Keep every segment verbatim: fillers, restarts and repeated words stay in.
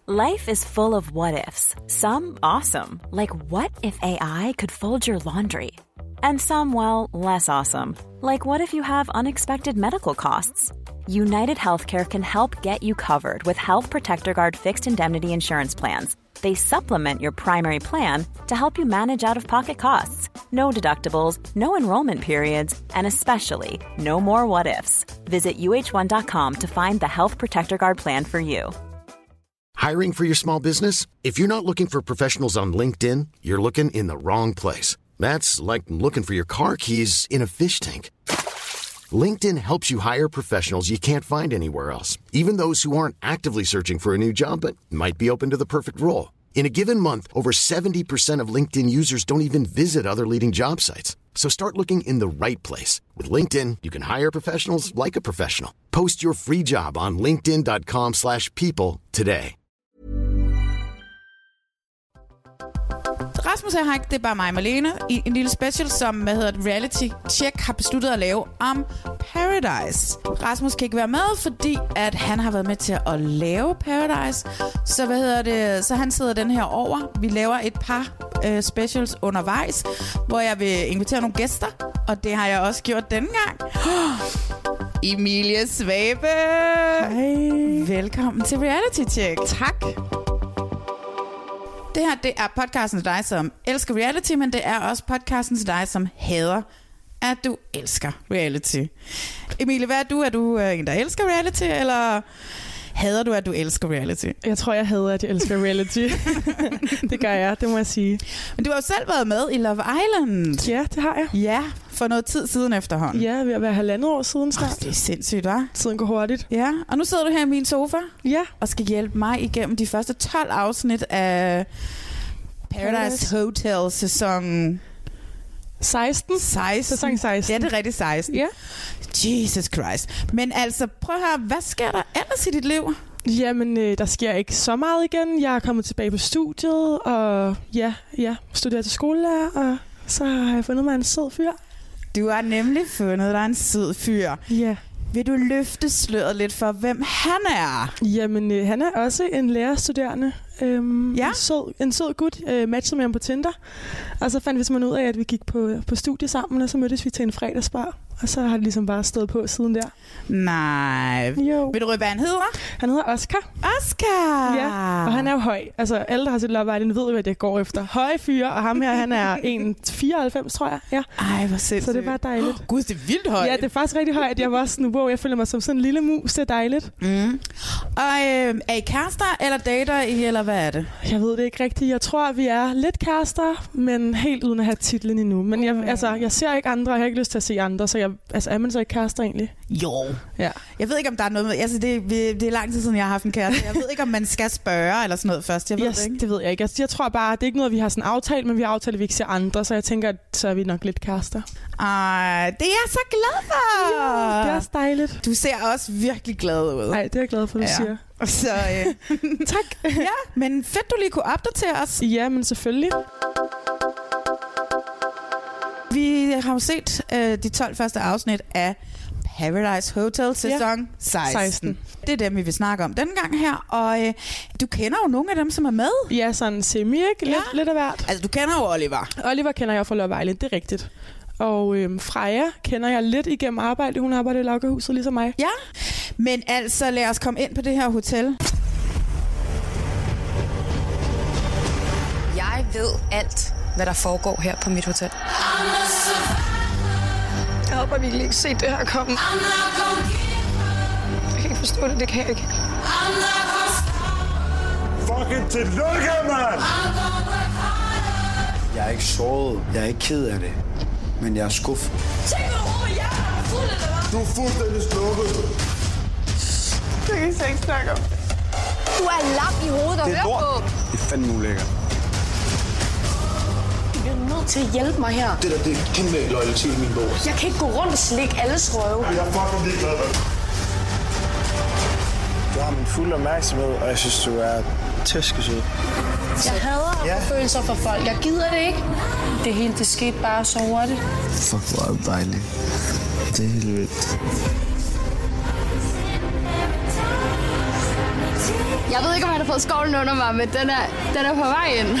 Life is full of what-ifs. Some awesome, like what if A I could fold your laundry? And some, well, less awesome, like what if you have unexpected medical costs? United Healthcare can help get you covered with Health Protector Guard fixed indemnity insurance plans. They supplement your primary plan to help you manage out-of-pocket costs. No deductibles, no enrollment periods, and especially no more what-ifs. Visit U H one dot com to find the Health Protector Guard plan for you. Hiring for your small business? If you're not looking for professionals on LinkedIn, you're looking in the wrong place. That's like looking for your car keys in a fish tank. LinkedIn helps you hire professionals you can't find anywhere else, even those who aren't actively searching for a new job but might be open to the perfect role. In a given month, over seventy percent of LinkedIn users don't even visit other leading job sites. So start looking in the right place. With LinkedIn, you can hire professionals like a professional. Post your free job on linkedin dot com slash people today. Rasmus her, det er bare mig, Malene, i en lille special, som hvad hedder et reality check har besluttet at lave om Paradise. Rasmus kan ikke være med, fordi at han har været med til at lave Paradise. Så hvad hedder det? Så han sidder den her over. Vi laver et par øh, specials undervejs, hvor jeg vil invitere nogle gæster, og det har jeg også gjort denne gang. Emilie Svabe. Hej. Velkommen til Reality Check. Tak. Det her, det er podcasten til dig, som elsker reality, men det er også podcasten til dig, som hader, at du elsker reality. Emilie, hvad er du? Er du øh, en, der elsker reality, eller hader du, at du elsker reality? Jeg tror, jeg hader, at jeg elsker reality. Det gør jeg, det må jeg sige. Men du har jo selv været med i Love Island. Ja, det har jeg. Ja, for noget tid siden efterhånden. Ja, ved at være halvandet år siden snart. Oh, det er sindssygt, hva'? Tiden går hurtigt. Ja, og nu sidder du her i min sofa. Ja. Og skal hjælpe mig igennem de første tolv afsnit af Paradise, Paradise. Hotel sæson seksten. seksten. Sæson seksten. Ja, det er rigtig seksten. Ja. Jesus Christ. Men altså, prøv at høre, hvad sker der ellers i dit liv? Jamen, øh, der sker ikke så meget igen. Jeg er kommet tilbage på studiet, og ja, ja, studerer til skolelærer, og så har jeg fundet mig en sød fyr. Du har nemlig fundet dig en sød fyr. Ja. Vil du løfte sløret lidt for, hvem han er? Jamen, øh, han er også en lærerstuderende. Øhm, ja? en, sød, en sød gut. Øh, matchede med ham på Tinder. Og så fandt vi simpelthen ud af, at vi gik på, på studie sammen, og så mødtes vi til en fredagsbar. Og så har det ligesom bare stået på siden der. Nej. Jo. Vil du røbe, hvad han hedder? Han hedder Oscar. Oscar! Ja, og han er jo høj. Altså, alle, der har set Love Island, ved jo, hvad det går efter. Høje fyre, og ham her, han er en komma fireoghalvfems, tror jeg. Ja. Ej, hvor sindssygt. Så det er bare dejligt. Oh, Gud, det er vildt højt. Ja, det er faktisk rigtig højt. Jeg var også nu, hvor jeg føler mig som sådan en lille mus. Det er dejligt. Mm. Og øh, er I kærester, eller dater I, eller hvad er det? Jeg ved det ikke rigtigt. Jeg tror, vi er lidt kærester, men helt uden at have titlen endnu. Men jeg, altså, jeg ser ikke andre, og jeg har ikke lyst til at se andre, så jeg, altså, er man så ikke kærester egentlig? Jo. Ja. Jeg ved ikke, om der er noget med... Altså, det, det er lang tid siden, jeg har haft en kæreste. Jeg ved ikke, om man skal spørge eller sådan noget først. Jeg ved yes, det ikke. Det ved jeg ikke. Altså, jeg tror bare, det er ikke noget, vi har sådan aftalt, men vi har aftalt, at vi ikke ser andre, så jeg tænker, at så er vi nok lidt kærester. Ej, det er jeg så glad for! Ja, det er også dejligt. Du ser også virkelig glad ud. Nej, det er jeg glad for, du ja. siger. Så øh, tak. Ja, men fedt, du lige kunne opdatere os. Ja, men selvfølgelig. Vi har jo set øh, de tolv første afsnit af Paradise Hotel sæson ja. seksten. seksten. Det er dem, vi vil snakke om denne gang her. Og øh, du kender jo nogle af dem, som er med. Ja, sådan semi, ikke? Lidt, ja. lidt af hvert. Altså, du kender jo Oliver. Oliver kender jeg fra Love Island, det er rigtigt. Og øhm, Freja kender jeg lidt igennem arbejde. Hun arbejder i Laukerhuset, ligesom mig. Ja, men altså lad os komme ind på det her hotel. Jeg ved alt, hvad der foregår her på mit hotel. Jeg håber virkelig ikke set det her komme. Jeg kan ikke forstå det, det kan jeg ikke. Fucking tillykke, mand! Jeg er ikke såret. Jeg er ikke ked af det. Men jeg er skuffet. Du er fuldstændig slukket. Det kan jeg ikke snakke om. Du er lam i hovedet og hør på. Det er fandme ulækkert. Du bliver nødt til at hjælpe mig her. Det der, det er kæmpe loyalitet i min bog. Jeg kan ikke gå rundt og slikke alles røve. Jeg er fucking ligeglad med. Du har min fulde opmærksomhed, og jeg synes, du er tæskesød. Jeg hader at få følelser for folk. Jeg gider det ikke. Det hele, det skete bare så hurtigt. Fuck, hvor er det dejligt. Det er helt vildt. Jeg ved ikke, om han har fået skovlen under mig, men den er, den er på vej ind.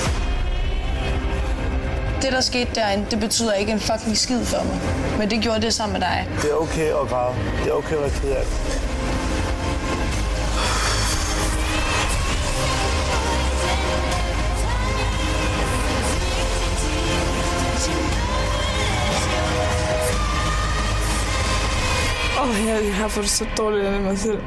Det, der skete derinde, det betyder ikke en fucking skid for mig. Men det gjorde det sammen med dig. Det er okay at græde. Det er okay at være ked af det. Åh, oh, jeg, jeg har fået det så dårligt med mig selv.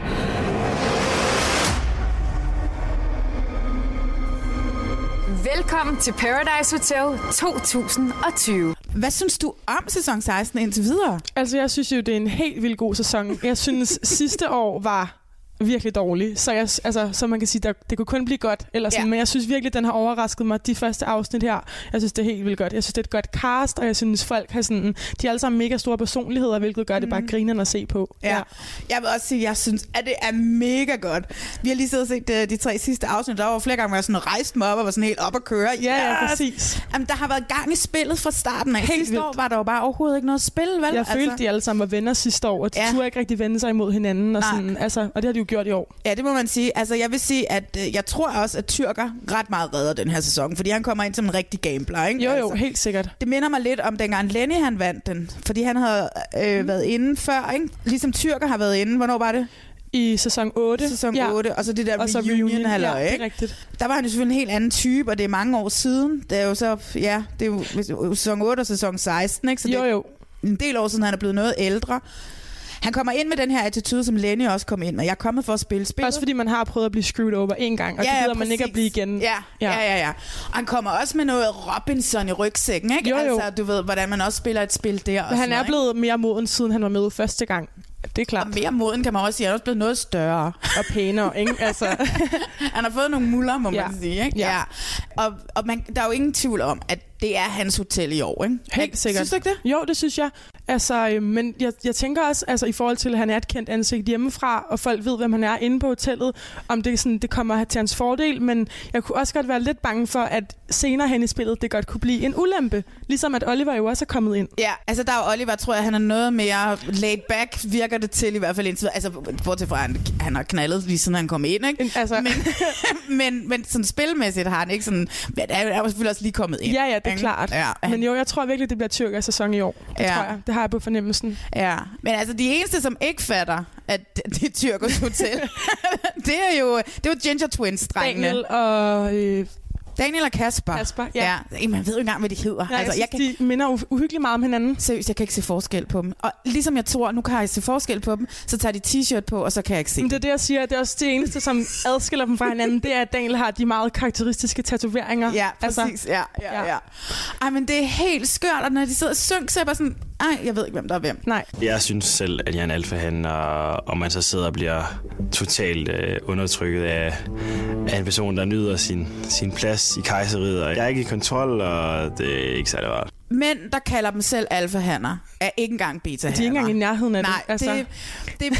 Velkommen til Paradise Hotel to tusind og tyve. Hvad synes du om sæson seksten indtil videre? Altså, jeg synes jo, det er en helt vildt god sæson. Jeg synes, sidste år var virkelig dårlig, så, jeg, altså, så man kan sige, der, det kunne kun blive godt. Eller sådan, ja. Men jeg synes virkelig, den har overrasket mig, de første afsnit her. Jeg synes, det er helt vildt godt. Jeg synes, det er et godt cast, og jeg synes, folk har sådan, de er alle sammen mega store personligheder, hvilket gør det bare grinerne at se på. Ja. Ja. Jeg vil også sige, jeg synes, at det er mega godt. Vi har lige siddet og set de, de tre sidste afsnit, der var flere gange, hvor jeg sådan rejste mig op og var sådan helt op at køre. Ja, ja, præcis. Jamen, der har været gang i spillet fra starten af. Helt sidste vildt. år var der jo bare overhovedet ikke noget spil, vel? Jeg altså. følte, de alle sammen var venner sidste år, og de Ja. turde ikke rigtig vende sig imod hinanden. Og, sådan, altså, og det har de jo gjort i år. Ja, det må man sige. Altså, jeg vil sige, at øh, jeg tror også, at Tyrker ret meget redder den her sæson, fordi han kommer ind som en rigtig gambler, ikke? Jo, jo, altså, helt sikkert. det minder mig lidt om dengang Lenny han vandt den, fordi han havde øh, mm. været inde før, ikke? Ligesom Tyrker har været inde. Hvornår var det? I sæson otte. Sæson ja. otte, og så det der og så reunion, reunion halløj, ja, det ikke? er rigtigt. Der var han jo selvfølgelig en helt anden type, og det er mange år siden. Det er jo så, ja, det er jo sæson otte og sæson seksten, ikke? Så Jo, det jo. er en del år siden, han er blevet noget ældre. Han kommer ind med den her attitude, som Lenny også kom ind med. Jeg er kommet for at spille spillet. Også fordi man har prøvet at blive screwed over en gang, og Ja, det ja, gider man præcis. ikke at blive igen. Ja, ja, ja, ja. Og han kommer også med noget Robinson i rygsækken, ikke? Jo, jo. Altså, du ved, hvordan man også spiller et spil der. Og Men han sådan er noget, blevet mere moden, siden han var med første gang. Det er klart. ikke? Og mere moden, kan man også sige. Han er også blevet noget større. Og pænere, ikke? Altså. Han har fået nogle muller, må Ja. man sige, ikke? Ja. Og, og man, der er jo ingen tvivl om, at det er hans hotel i år, ikke? Helt sikkert. Synes du ikke det? Jo, det synes jeg. Altså, øh, men jeg, jeg tænker også, altså, i forhold til, at han er et kendt ansigt hjemmefra, og folk ved, hvem han er inde på hotellet, om det, sådan, det kommer til hans fordel, men jeg kunne også godt være lidt bange for, at senere hen i spillet, det godt kunne blive en ulempe. Ligesom at Oliver jo også er kommet ind. Ja, altså der er Oliver, tror jeg, han er noget mere laid back, virker det til i hvert fald indtil. Altså, bortset fra, han, han har knaldet lige siden han kom ind, ikke? Altså. Men, men, men sådan spilmæssigt har han ikke sådan. Men er er jo selvfølgelig også lige kommet ind. Ja, ja, det er ikke? klart. Ja, han, Men jo, jeg tror virkelig, det bliver Tyrker sæson i år. Det Ja. tror jeg. Det har jeg på fornemmelsen. ja. Men altså, de eneste, som ikke fatter, at det er Tyrkers hotel, det er jo, det er jo Ginger Twins-drengene. Daniel og øh, Daniel og Kasper. Kasper, ja. ja. Man ved jo ikke engang, hvad de hedder. Nej, altså, jeg synes, jeg kan... de minder uh- uhyggeligt meget om hinanden. Seriøst, jeg kan ikke se forskel på dem. Og ligesom jeg tror, nu kan jeg se forskel på dem, så tager de t-shirt på, og så kan jeg ikke se Men det er det, jeg siger. Det er også det eneste, som adskiller dem fra hinanden. Det er, at Daniel har de meget karakteristiske tatoveringer. Ja, præcis. Altså, ja, ja, ja, ja. Ej, men det er helt skørt, og når de sidder og synger, så er jeg bare sådan, ej, jeg ved ikke, hvem der er hvem. Nej. Jeg synes selv, at jeg er en alfahan, og, og man så sidder og bliver totalt øh, undertrykket af, af en person, der nyder sin, sin plads i kejseriet. Jeg er ikke i kontrol, og det er ikke særlig rart. Mænd, der kalder dem selv alfahanner, er ikke engang beta-hanner. De er ikke engang i nærheden af Nej, det. Altså. det, det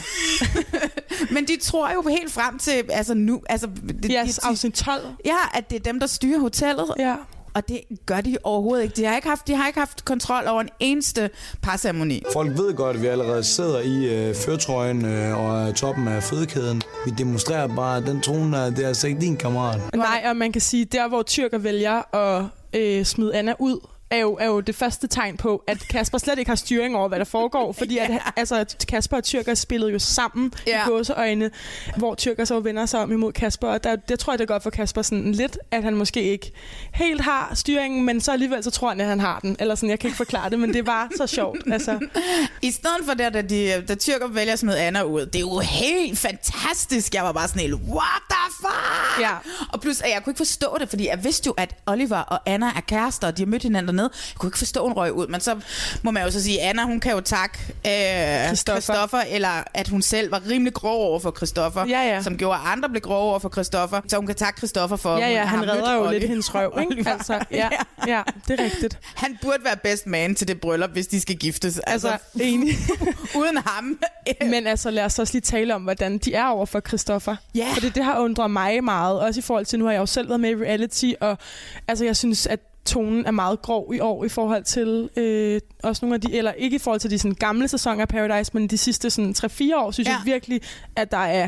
men de tror jo helt frem til, altså nu, altså... Det, Yes, de, afsnit tolv. Ja, at det er dem, der styrer hotellet. Ja. Og det gør de overhovedet ikke. De har ikke haft, de har ikke haft kontrol over en eneste parceremoni. Folk ved godt, at vi allerede sidder i øh, førtrøjen øh, og er toppen af fødekæden. Vi demonstrerer bare, at den trone er, det er altså ikke din kammerat. Nej, og man kan sige, der hvor Tyrker vælger at øh, smide Anna ud, er jo, er jo det første tegn på, at Kasper slet ikke har styring over, hvad der foregår. Fordi ja. at, altså, Kasper og Tyrker spillede jo sammen ja. i gåseøjne, hvor Tyrker så vender sig om imod Kasper. Og der, det tror jeg, det er godt for Kasper sådan lidt, at han måske ikke helt har styringen, men så alligevel så tror han, at han har den. Eller sådan, jeg kan ikke forklare det, men det er bare så sjovt. Altså. I stedet for det, da, de, da Tyrker vælger at smide Anna ud, det er jo helt fantastisk. Jeg var bare sådan helt, what the fuck? Ja. Og plus, at jeg kunne ikke forstå det, fordi jeg vidste jo, at Oliver og Anna er kærester, og de har mødt hinanden dernede. Jeg kunne ikke forstå, hun røg ud, men så må man jo så sige, Anna, hun kan jo takke øh, Christoffer, eller at hun selv var rimelig grov over for Christoffer, ja, ja. som gjorde, at andre blev grove over for Christoffer, så hun kan takke Christoffer for, ja, ja, hun han har redder jo Olli- lidt hendes røv, ikke? Altså, ja, ja, det er rigtigt. Han burde være best man til det bryllup, hvis de skal giftes. Altså, altså enig. Uden ham. Men altså, lad os også lige tale om, hvordan de er over for Christoffer. Yeah. Fordi det har undret mig meget, også i forhold til, nu har jeg jo selv været med i reality, og altså, jeg synes, at tonen er meget grov i år i forhold til øh, også nogle af de, eller ikke i forhold til de sådan, gamle sæsoner af Paradise, men de sidste sådan, tre fire år, synes ja. jeg virkelig, at der er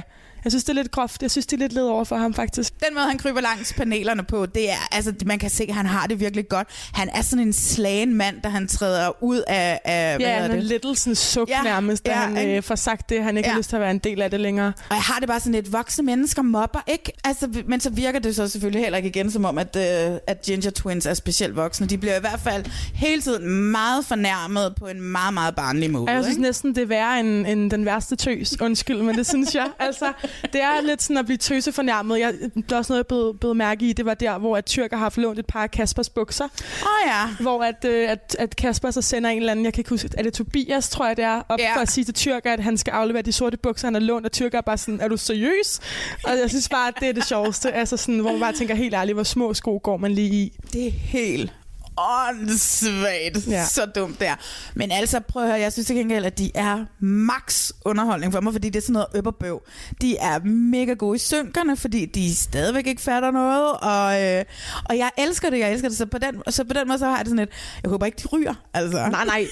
Jeg synes, det er lidt groft. Jeg synes, det er lidt led over for ham, faktisk. Den måde, han kryber langs panelerne på, det er, altså, man kan se, at han har det virkelig godt. Han er sådan en slagen mand, da han træder ud af... af ja, han er lidt sådan suk ja, nærmest, da ja, han øh, får sagt det. Han ikke ja. har lyst til at være en del af det længere. Og jeg har det bare sådan lidt, voksne mennesker mobber, ikke? Altså, men så virker det så selvfølgelig heller ikke igen, som om, at, øh, at Ginger Twins er specielt voksne. De bliver i hvert fald hele tiden meget fornærmet på en meget, meget barnlig måde. Jeg synes ikke? næsten, det er værre end, end den værste tøs. Undskyld, men det synes jeg. Altså, det er lidt sådan at blive tøsefornærmet. Jeg, det er også noget, jeg blev, blev mærke i. Det var der, hvor at Tyrker har lånt et par af Kaspers bukser. Åh oh, ja. Hvor at, øh, at, at Kasper så sender en eller anden, jeg kan ikke huske, er det Tobias, tror jeg det er, op ja. for at sige til Tyrker, at han skal aflevere de sorte bukser, han har lånt, og Tyrker er bare sådan, er du seriøs? Og jeg synes bare, at det er det sjoveste. Altså sådan, hvor man bare tænker helt ærligt, hvor små sko går man lige i. Det er helt åndssvagt. Ja. Så dumt der. Men altså, prøv at høre, jeg synes til gengæld, at de er max underholdning for mig, fordi det er sådan noget øpperbøv. De er mega gode i synkerne, fordi de stadigvæk ikke fatter noget, og, øh, og jeg elsker det, jeg elsker det. Så på den, så på den måde, så har jeg det sådan et, jeg håber ikke, de ryger, altså. Nej, nej.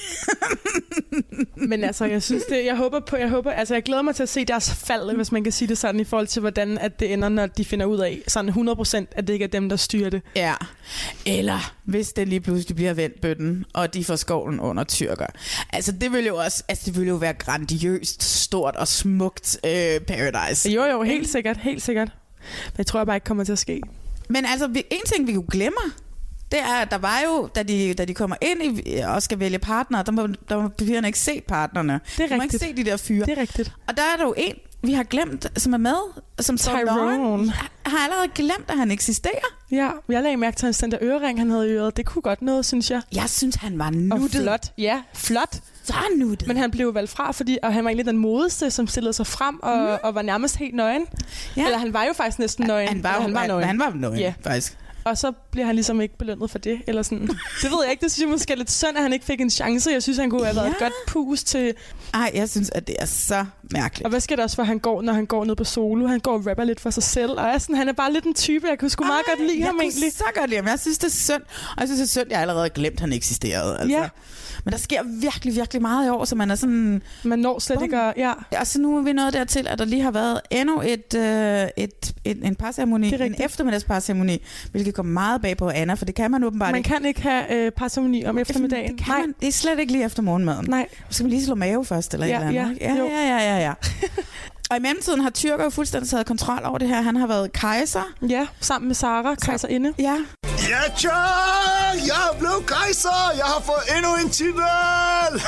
Men altså, jeg synes det, jeg håber på, jeg håber, altså jeg glæder mig til at se deres fald, hvis man kan sige det sådan, i forhold til, hvordan at det ender, når de finder ud af, sådan hundrede procent, at det ikke er dem, der styrer det. Ja. Eller hvis det lige pludselig bliver vendt bøtten, og de får skovlen under Tyrker. Altså det ville jo også, altså det ville jo være grandiøst, stort og smukt øh, Paradise. Jo jo, helt sikkert, helt sikkert. Men jeg tror jeg bare ikke kommer til at ske. Men altså, en ting vi jo glemmer, det er, at der var jo, da de, da de kommer ind i, og skal vælge partner, der må, der må papirerne ikke se partnerne. Det er de må rigtigt. ikke se de der fyre. Det er rigtigt. Og der er der jo en, vi har glemt, som er med, som Tyrone. har allerede glemt, at han eksisterer. Ja, jeg lagde mærke til hans den der ørering, han havde i øret. Det kunne godt noget, synes jeg. Jeg synes, han var nuttet. Og flot. Ja, flot. Så nuttet. Men han blev valgt fra, fordi og han var egentlig den modeste, som stillede sig frem og, mm. og var nærmest helt nøgen. Ja. Eller han var jo faktisk næsten nøgen. Han var, han var nøgen. Han var nøgen, ja. Faktisk. Og så bliver han ligesom ikke belønnet for det, eller sådan. Det ved jeg ikke, det synes jeg måske er lidt synd, at han ikke fik en chance. Jeg synes, han kunne have været ja. et godt pus til... Ej, jeg synes, at det er så mærkeligt. Og hvad sker der også for, han går, når han går ned på solo? Han går og rapper lidt for sig selv, og er sådan, han er bare lidt en type, jeg kunne sgu meget Ej, godt lide ham egentlig. Jeg kunne så godt lide ham. Jeg synes, det er synd. Og jeg synes, det er synd, jeg allerede glemt, at han eksisterede. Altså. Ja. Men der sker virkelig, virkelig meget i år, så man er sådan... Man når slet bum. ikke at... Ja. Og så nu er vi nået dertil, at der lige har været endnu et, øh, et, et, en parceremoni, en eftermiddagsparceremoni, hvilket kommer meget bag på Anna, for det kan man åbenbart man ikke. Man kan ikke have øh, parceremoni om eftermiddagen. Det, kan man, det er slet ikke lige efter morgenmaden. Nej. Så skal man lige slå mave først, eller ja, et eller andet. Ja, ja, ja, ja, ja, ja. Og i mellemtiden har Tyrker jo fuldstændig taget kontrol over det her. Han har været kejser. Ja, sammen med Sara, kejserinde. Ja. Ja, tja! Jeg er blevet kejser! Jeg har fået endnu en titel!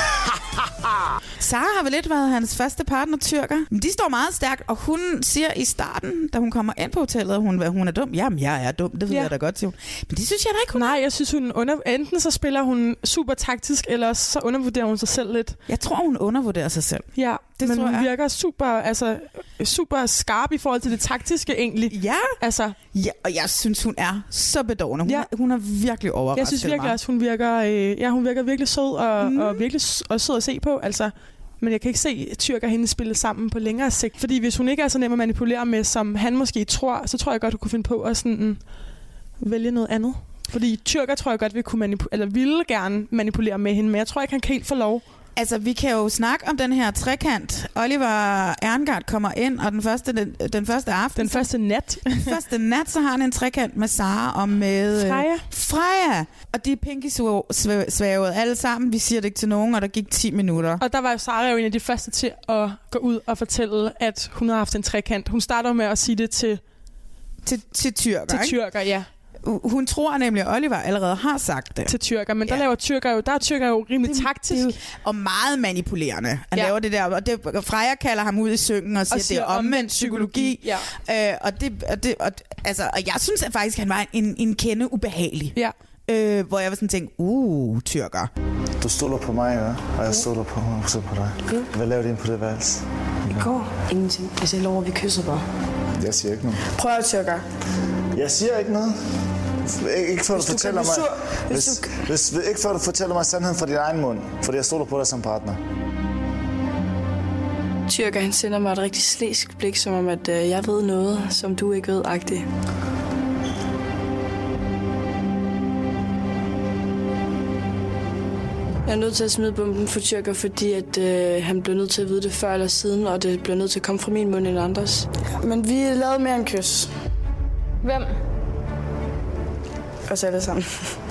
Sara har vel lidt været hans første partner, Tyrker. Men de står meget stærkt, og hun siger i starten, da hun kommer ind på hotellet, hun, hun er dum. Jamen, jeg er dum, det ved ja. jeg da godt, siger hun. Men det synes jeg da ikke, hun Nej, jeg synes, hun under... enten så spiller hun super taktisk, eller så undervurderer hun sig selv lidt. Jeg tror, hun undervurderer sig selv. Ja, det men tror hun jeg. virker super, altså, super skarp i forhold til det taktiske egentlig. Ja. Altså. Ja, og jeg synes, hun er så bedårende. Hun, ja. er, hun er virkelig overrasket. Jeg synes virkelig også, hun virker, øh, ja, hun virker virkelig sød og, mm. og virkelig også sød at se på. Altså, men jeg kan ikke se Tyrker hende spille sammen på længere sigt. Fordi hvis hun ikke er så nem at manipulere med, som han måske tror, så tror jeg godt, hun kunne finde på at sådan, vælge noget andet. Fordi Tyrker tror jeg godt, vi kunne manipu- eller ville gerne manipulere med hende, men jeg tror ikke, han kan helt få lov. Altså, vi kan jo snakke om den her trekant. Oliver Erngard kommer ind, og den første, den, den første aften... Den første nat. Den første nat, så har han en trekant med Sara og med... Freja. Freja. Og de er pinky-svævede alle sammen. Vi siger det ikke til nogen, og der gik ti minutter. Og der var jo Sara jo en af de første til at gå ud og fortælle, at hun har haft en trekant. Hun starter med at sige det til... Til, til Tyrker, Til Tyrker, ja. Hun tror nemlig, at Oliver allerede har sagt det. Til Tyrker, men der ja. laver Tyrker jo, der er Tyrker jo rimelig det, taktisk. Det, og meget manipulerende. Han ja. laver det der, og det, Freja kalder ham ud i synken og siger, og siger det er omvendt psykologi. Ja. Øh, og, det, og, det, og, altså, og jeg synes at faktisk, at han var en, en kende ubehagelig. Ja. Øh, hvor jeg var sådan tænkt, uh, Tyrker. Du stoler på mig, ja? Og jeg stoler på hundrede procent på dig. Mm. Hvad lavede du på det værelse? I går? Ingenting. Altså, jeg lover, vi kysser bare. Jeg siger ikke noget. Prøv at Tyrker. Jeg siger ikke noget. Ikke før du, du fortæller mig... Hvis, hvis, du... hvis, ikke før du fortæller mig sandheden fra din egen mund. Fordi jeg stoler på dig som partner. Tyrker, han sender mig et rigtig slæsk blik, som om, at øh, jeg ved noget, som du ikke ved-agtigt. Jeg er nødt til at smide bomben for tyrker, fordi at, øh, han bliver nødt til at vide det før eller siden, og det bliver nødt til at komme fra min mund end andres. Men vi lavede mere end kys. Hvem? Os alle sammen.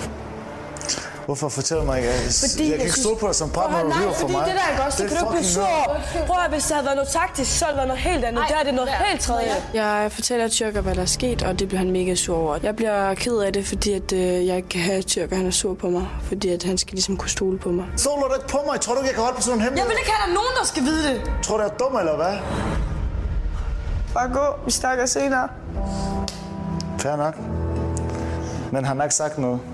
Hvorfor fortæller mig ikke? Jeg, fordi jeg jeg kan ikke synes... stå på dig som partner, når du lyver for mig. det der er godt, så kan du ikke blive sur. Prøv at hvis det havde været noget taktisk, så havde det været noget helt andet. Ej, der er det noget der. helt tredje. Jeg fortæller tyrker, hvad der er sket, og det bliver han mega sur over. Jeg bliver ked af det, fordi at, øh, jeg ikke kan have tyrker, han er sur på mig. Fordi at han skal ligesom kunne stole på mig. Stoler du ikke på mig? Tror du ikke, jeg kan holde på sådan en hemmelighed? Jeg vil ikke have, der nogen, der skal vide det. Tror du, jeg er dum, eller hvad? Bare gå. Vi snakker senere. Fair nok. Men han har ikke sagt noget.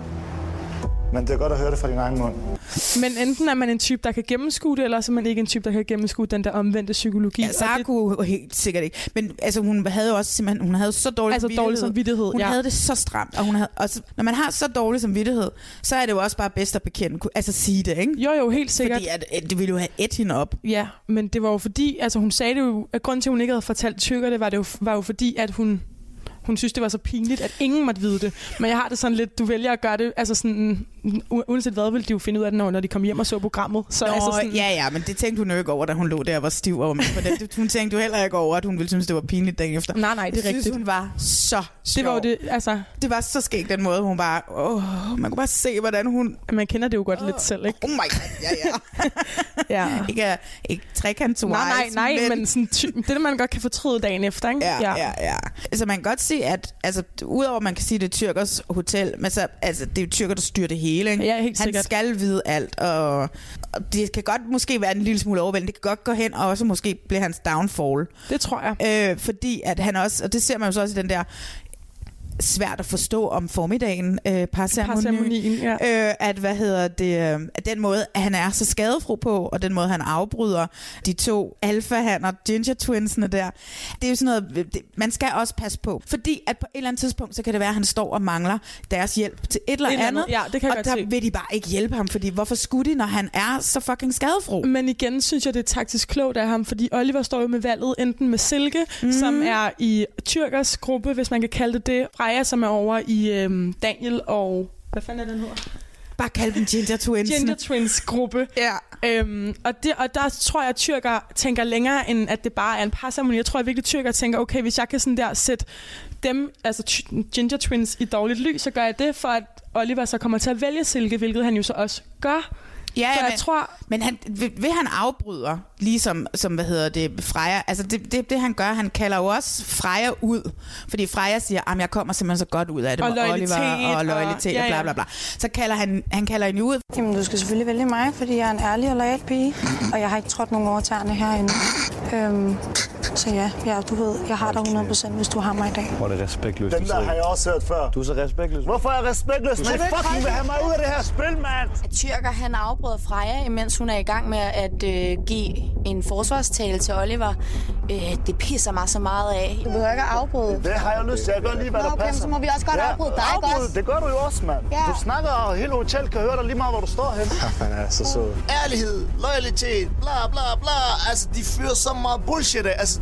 Men det er godt at høre det fra din egen mund. Men enten er man en type, der kan gennemskue det, eller så er man ikke en type, der kan gennemskue den der omvendte psykologi. Ja, Sara kunne det... helt sikkert ikke. Men altså, hun havde jo også simpelthen, hun havde så dårlig altså, samvittighed. Dårlig samvittighed. Hun ja. havde det så stramt. Og hun havde, også, når man har så dårlig samvittighed, så er det jo også bare bedst at bekende. Altså sige det, ikke? Jo, jo, helt sikkert. Fordi at, det ville jo have et hende op. Ja, men det var jo fordi, altså hun sagde det jo, at grunden til, at hun ikke havde fortalt tyrker, det var, det jo, var jo fordi, at hun... Hun synes, det var så pinligt, at ingen måtte vide det. Men jeg har det sådan lidt, du vælger at gøre det, altså sådan, uanset hvad, ville de jo finde ud af det, når de kom hjem og så programmet. Så Nå, altså sådan, ja, ja, men det tænkte hun jo ikke over, da hun lå der og var stiv over mig. Hun tænkte jo heller ikke over, at hun ville synes, det var pinligt dagen efter. Nej, nej, det er jeg rigtigt. Synes, hun var så sjov. Det var jo det, altså... Det var så skægt, den måde, hun bare... Åh, man kunne bare se, hvordan hun... Man kender det jo godt oh. lidt selv, ikke? Oh my god, ja, ja. ja. Ikke, ikke trekant to Nej, nej, nej, men, men sådan, ty- det der, man godt kan fortryde dagen efter, ikke? Ja, ja, ja. ja. Altså, man kan godt se, at... Altså, udover at man kan sige, det er tyrkers hotel, men så, altså, det er jo tyrker, der styrer det hele, ikke? Ja, helt Han sikkert. skal vide alt, og, og det kan godt måske være en lille smule overvældende. Det kan godt gå hen, og også måske blive hans downfall. Det tror jeg. Øh, fordi at han også... Og det ser man jo så også i den der... svært at forstå om formiddagen, øh, parceremonien, ja. øh, at hvad hedder det, øh, at den måde, at han er så skadefro på, og den måde, han afbryder de to alfahanner, Ginger Twinsene der, det er jo sådan noget, det, man skal også passe på, fordi at på et eller andet tidspunkt, så kan det være, at han står og mangler deres hjælp til et eller, et eller andet, andet. Ja, det kan og der se. Vil de bare ikke hjælpe ham, fordi hvorfor skulle de, når han er så fucking skadefro? Men igen, synes jeg, det er taktisk klogt af ham, fordi Oliver står jo med valget, enten med Silke, mm. som er i tyrkers gruppe, hvis man kan kalde det det, Freja, som er over i øhm, Daniel og... Hvad fanden er den her? Bare kald den Ginger Twins. Ginger Twins gruppe. Ja. Øhm, og, det, og der tror jeg, at tyrker tænker længere, end at det bare er en parceremoni. Jeg tror jeg virkelig, at tyrker tænker, okay, hvis jeg kan sådan der sætte dem, altså t- Ginger Twins, i dårligt lys, så gør jeg det, for at Oliver så kommer til at vælge Silke, hvilket han jo så også gør. Ja, så jeg men, tror... men han, ved, ved han afbryder, ligesom, som, hvad hedder det, Freja, altså det, det, det han gør, han kalder jo også Freja ud, fordi Freja siger, at jeg kommer simpelthen så godt ud af det, og med Oliver og loyalitet og, ja, ja. og bla bla bla. Så kalder han, han kalder hende ud. Jamen, du skal selvfølgelig vælge mig, fordi jeg er en ærlig og loyal pige, og jeg har ikke trådt nogen overtagerne herinde. Øhm, så ja, ja, du ved, jeg har dig hundrede procent, hvis du har mig i dag. Hvor er det respektløst. Den der har jeg også hørt før. Du er så respektløs. Hvorfor er jeg respektløs? Nej, fucking vil have mig ud af det her spil, mand! At tyrker, han afbryder Freja, imens hun er i gang med at øh, give en forsvarstale til Oliver. Øh, det pisser mig så meget af. Du behøver ikke at afbryde. Det har jeg lyst til. Jeg gør lige, hvad Nå, der okay, passer. så må vi også godt ja, afbryde dig, afbryde. ikke også? Det gør du jo også, mand. Ja. Du snakker, og hele hotel kan høre dig lige meget, hvor du står hen. Ja, han er så sød. Ærlighed, loyalitet, bla bla bla. Altså, de fyrer så meget bullshit af. Altså,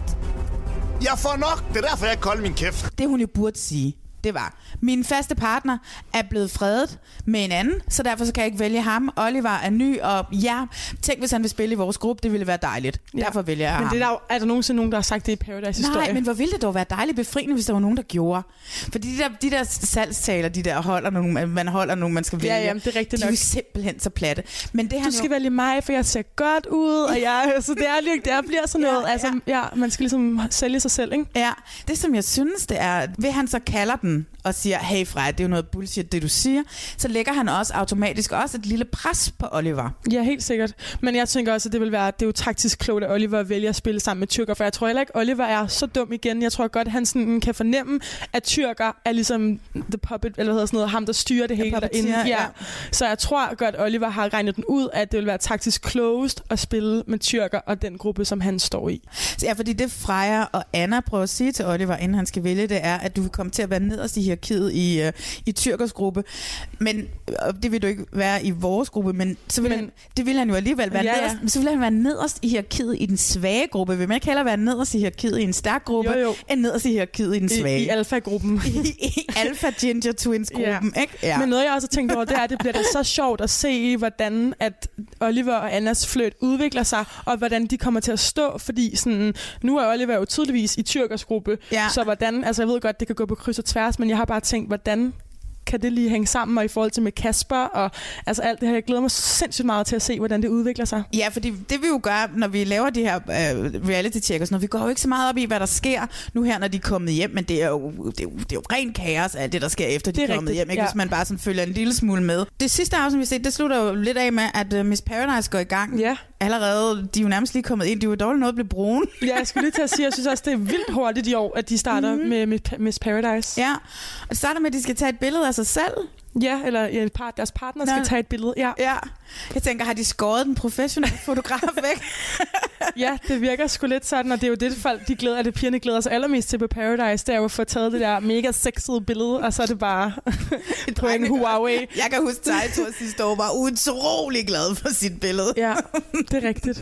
jeg får nok. Det er derfor, jeg ikke kan holde min kæft. Det hun jo burde sige, det var, min faste partner er blevet fredet med en anden, så derfor så kan jeg ikke vælge ham. Oliver er ny, og ja, tænk hvis han vil spille i vores gruppe, det ville være dejligt. Ja. Derfor vælger jeg men ham. Men er, er der nogensinde nogen, der har sagt det i Paradise-historie? Nej, men hvor ville det dog være dejligt befriende, hvis der var nogen, der gjorde. Fordi de der, de der salgstaler, de der holder nogen, man holder nogen, man skal vælge, ja, jamen, det er rigtigt de er nok. jo simpelthen så platte. Men det, du skal jo... vælge mig, for jeg ser godt ud, og jeg, altså, det, er lige, det bliver sådan noget. Ja, altså, ja. Ja, man skal ligesom sælge sig selv, ikke? Ja, det som jeg synes, det er, ved han så kalder den og siger, hey Freja, det er jo noget bullshit, det du siger, så lægger han også automatisk også et lille pres på Oliver. Ja, helt sikkert. Men jeg tænker også, at det vil være, det er jo taktisk klogt, at Oliver vælger at spille sammen med tyrker, for jeg tror heller ikke, Oliver er så dum igen. Jeg tror godt, at han sådan kan fornemme, at tyrker er ligesom the puppet, eller hvad hedder sådan noget, ham, der styrer det hele derinde. Ja. Ja. Så jeg tror godt, at Oliver har regnet den ud, at det vil være taktisk closed at spille med tyrker og den gruppe, som han står i. Så ja, fordi det Freja og Anna prøver at sige til Oliver, inden han skal vælge, det er, at du vil komme til at være ned nederst i hierarkiet i, uh, i Tyrkers gruppe. Men uh, det vil du ikke være i vores gruppe, men, så vil men han, det vil han jo alligevel være ja, nederst. Ja. Så vil han være nederst i hierarkiet i den svage gruppe. Vil man ikke hellere være nederst i hierarkiet i en stærk gruppe, jo, jo. end nederst i hierarkiet i den svage? I, i alfa-gruppen. I, i Alpha Ginger Twins-gruppen, ja. ikke? Ja. Men noget, jeg også har tænkt over, det er, at det bliver da så sjovt at se, hvordan at Oliver og Annas flirt udvikler sig, og hvordan de kommer til at stå, fordi sådan, nu er Oliver jo tydeligvis i Tyrkers gruppe, ja. så hvordan, altså jeg ved godt, det kan gå på kryds og tværs, men jeg har bare tænkt, hvordan kan det lige hænge sammen, og i forhold til med Kasper, og altså alt det her, jeg glæder mig sindssygt meget til at se, hvordan det udvikler sig. Ja, fordi det vi jo gør, når vi laver de her uh, reality-checkers, når vi går jo ikke så meget op i, hvad der sker nu her, når de er kommet hjem, men det er jo, det er jo, det er jo ren kaos af det, der sker efter, de er, er kommet rigtigt, hjem, ikke? Ja. Hvis man bare sådan følger en lille smule med. Det sidste afsnit, vi har set, det slutter jo lidt af med, at uh, Miss Paradise går i gang. Ja. Allerede, de er jo nærmest lige kommet ind, de er jo dårligt noget at blive brune. Ja, jeg skulle lige til at sige, jeg synes også, det er vildt hurtigt i år, at de starter mm-hmm. med, med Miss Paradise. Ja, og det starter med, at de skal tage et billede af sig selv. Ja, eller ja, part, deres partner Nå. skal tage et billede. Ja. ja. Jeg tænker, har de skåret den professionelle fotograf væk? Ja, det virker sgu lidt sådan, og det er jo det, folk, de glæder, at det pigerne glæder sig allermest til på Paradise, det er jo at få taget det der mega sexede billede, og så er det bare på en Huawei. Jeg kan huske, Taito sidste år var utrolig glad for sit billede. Ja, det er rigtigt.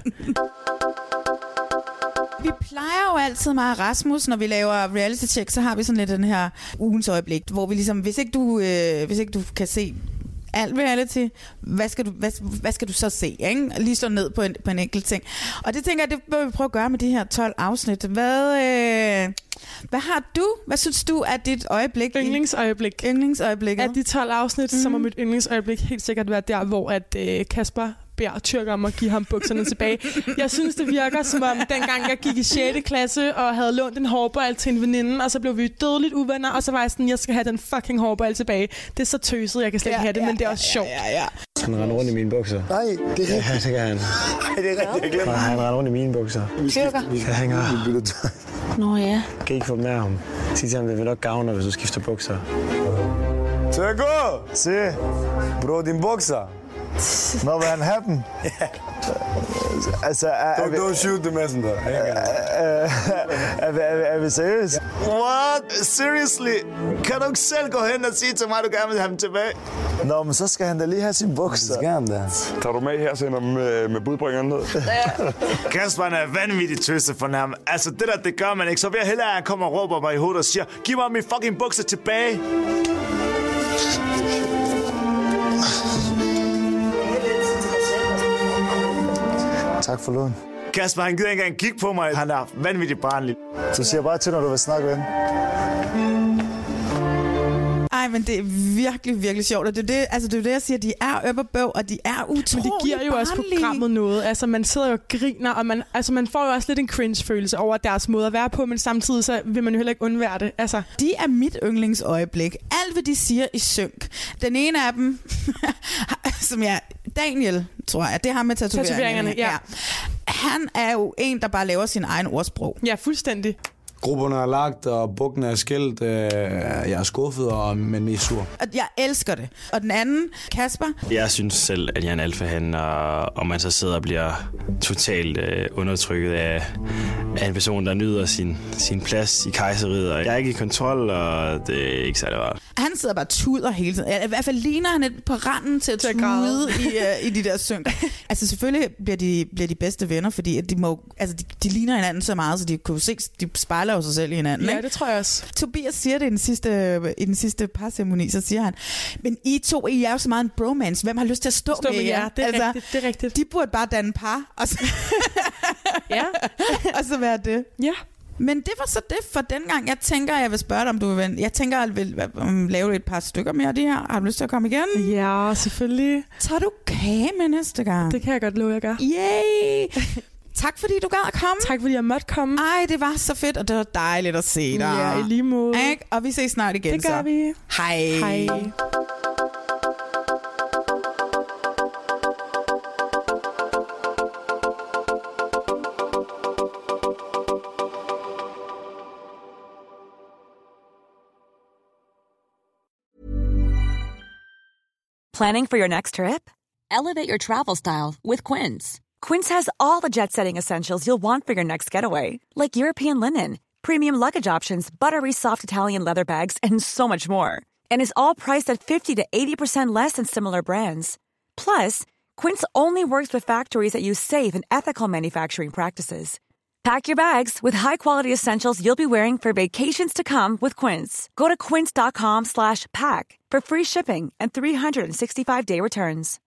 Vi plejer jo altid meget Rasmus, når vi laver reality check, så har vi sådan lidt den her ugens øjeblik, hvor vi ligesom, hvis ikke du, øh, hvis ikke du kan se alt reality, hvad skal du, hvad, hvad skal du så se? Ikke? Lige slå ned på en, på en enkelt ting. Og det tænker jeg, det bør vi prøve at gøre med de her tolv afsnit. Hvad, øh, hvad har du? Hvad synes du er dit øjeblik? Yndlingsøjeblik. Yndlingsøjeblikket. Af de tolv afsnit, mm. så må mit yndlingsøjeblik helt sikkert være der, hvor at øh, Kasper beder tyrker om at give ham bukserne tilbage. Jeg synes, det virker som om, dengang jeg gik i sjette klasse og havde lånt en hårbold til en veninde, og så blev vi dødeligt uvenner, og så var jeg sådan, jeg skal have den fucking hårbold tilbage. Det er så tøset, jeg kan slet ikke ja, have det, ja, men det er også ja, sjovt. Ja, ja, ja. Han render rundt i mine bukser. Nej, det er rigtigt. Ja, det kan han. Nej, det er rigtigt. Jeg glemmer. Han render rundt i mine bukser. Tyrker? Jeg hænger. Nå ja. Kan ikke få dem af ham. Sig til ham, det vil nok gavne, hvis du skifter bukser. Tyrker! Se, bro, din bukser. Nå, vil han have dem? Altså, er, don't, don't shoot the messenger. Er, er, er, er vi seriøse? What? Seriously? Kan du ikke selv gå hen og sige til mig, at du gerne vil have dem tilbage? Nå, men så skal han da lige have sin bukser. Det skal han da. Tager du med her senere med, med budbringeren ned? Ja. Kasper er vanvittigt tøse for nærmest. Altså, det der, det gør man ikke. Så vil jeg hellere, at han kommer og råber mig i hovedet og siger, giv mig min fucking bukser tilbage. Tak for lån. Kasper, han gider ikke engang kigge på mig. Han er vanvittigt barnlig. Du siger bare til, når du vil snakke, ven. Ej, men det er virkelig, virkelig sjovt. Og det er det, altså det er det, jeg siger, de er op og bøv, og de er utrolig Men det giver jo barnlige. også programmet noget. Altså, man sidder jo og griner, og man, altså, man får jo også lidt en cringe-følelse over deres måde at være på, men samtidig så vil man jo heller ikke undvære det. Altså. De er mit yndlingsøjeblik. Alt, hvad de siger i synk. Den ene af dem, som jeg... Daniel, tror jeg, det har med tatoveringerne. Tatoveringerne, ja. ja. Han er jo en, der bare laver sin egen ordsprog. Ja, fuldstændig. Grupperne er lagt, og bukken er skældt. Øh, jeg er skuffet, og, men mest sur. Og jeg elsker det. Og den anden, Kasper? Jeg synes selv, at jeg er en alfahan, og, og man så sidder og bliver totalt øh, undertrykket af, af en person, der nyder sin, sin plads i kejseriet. Jeg er ikke i kontrol, og det er ikke særlig rart. Han sidder bare og tuder hele tiden. I hvert fald ligner han et på randen til at tude i, uh, i de der synk. Altså selvfølgelig bliver de, bliver de bedste venner, fordi at de, må, altså, de, de ligner hinanden så meget, så de kunne se, de spejler jo sig selv i hinanden. Ja, ikke? det tror jeg også. Tobias siger det i den sidste, i den sidste parceremoni, så siger han, men I to, I er jo så meget en bromance. Hvem har lyst til at stå, stå med jer? Det er, altså, rigtigt, det er rigtigt. De burde bare danne par, og så, ja. og så være det. Ja. Men det var så det for den gang. Jeg tænker, jeg vil spørge dig, om du vil... Jeg tænker, jeg vil um, lave et par stykker mere af det her. Har du lyst til at komme igen? Ja, selvfølgelig. Tager du kage med næste gang? Det kan jeg godt love, jeg gør. Yay! Tak fordi du gad at komme. Tak fordi jeg måtte komme. Ej, det var så fedt, og det var dejligt at se dig. Ja, i lige måde. Ikke? Og vi ses snart igen. Det gør så. vi. Hej. Hej. Planning for your next trip? Elevate your travel style with Quince. Quince has all the jet-setting essentials you'll want for your next getaway, like European linen, premium luggage options, buttery soft Italian leather bags, and so much more. And is all priced at fifty to eighty percent less than similar brands. Plus, Quince only works with factories that use safe and ethical manufacturing practices. Pack your bags with high-quality essentials you'll be wearing for vacations to come with Quince. Go to quince.com slash pack for free shipping and three hundred sixty-five day returns.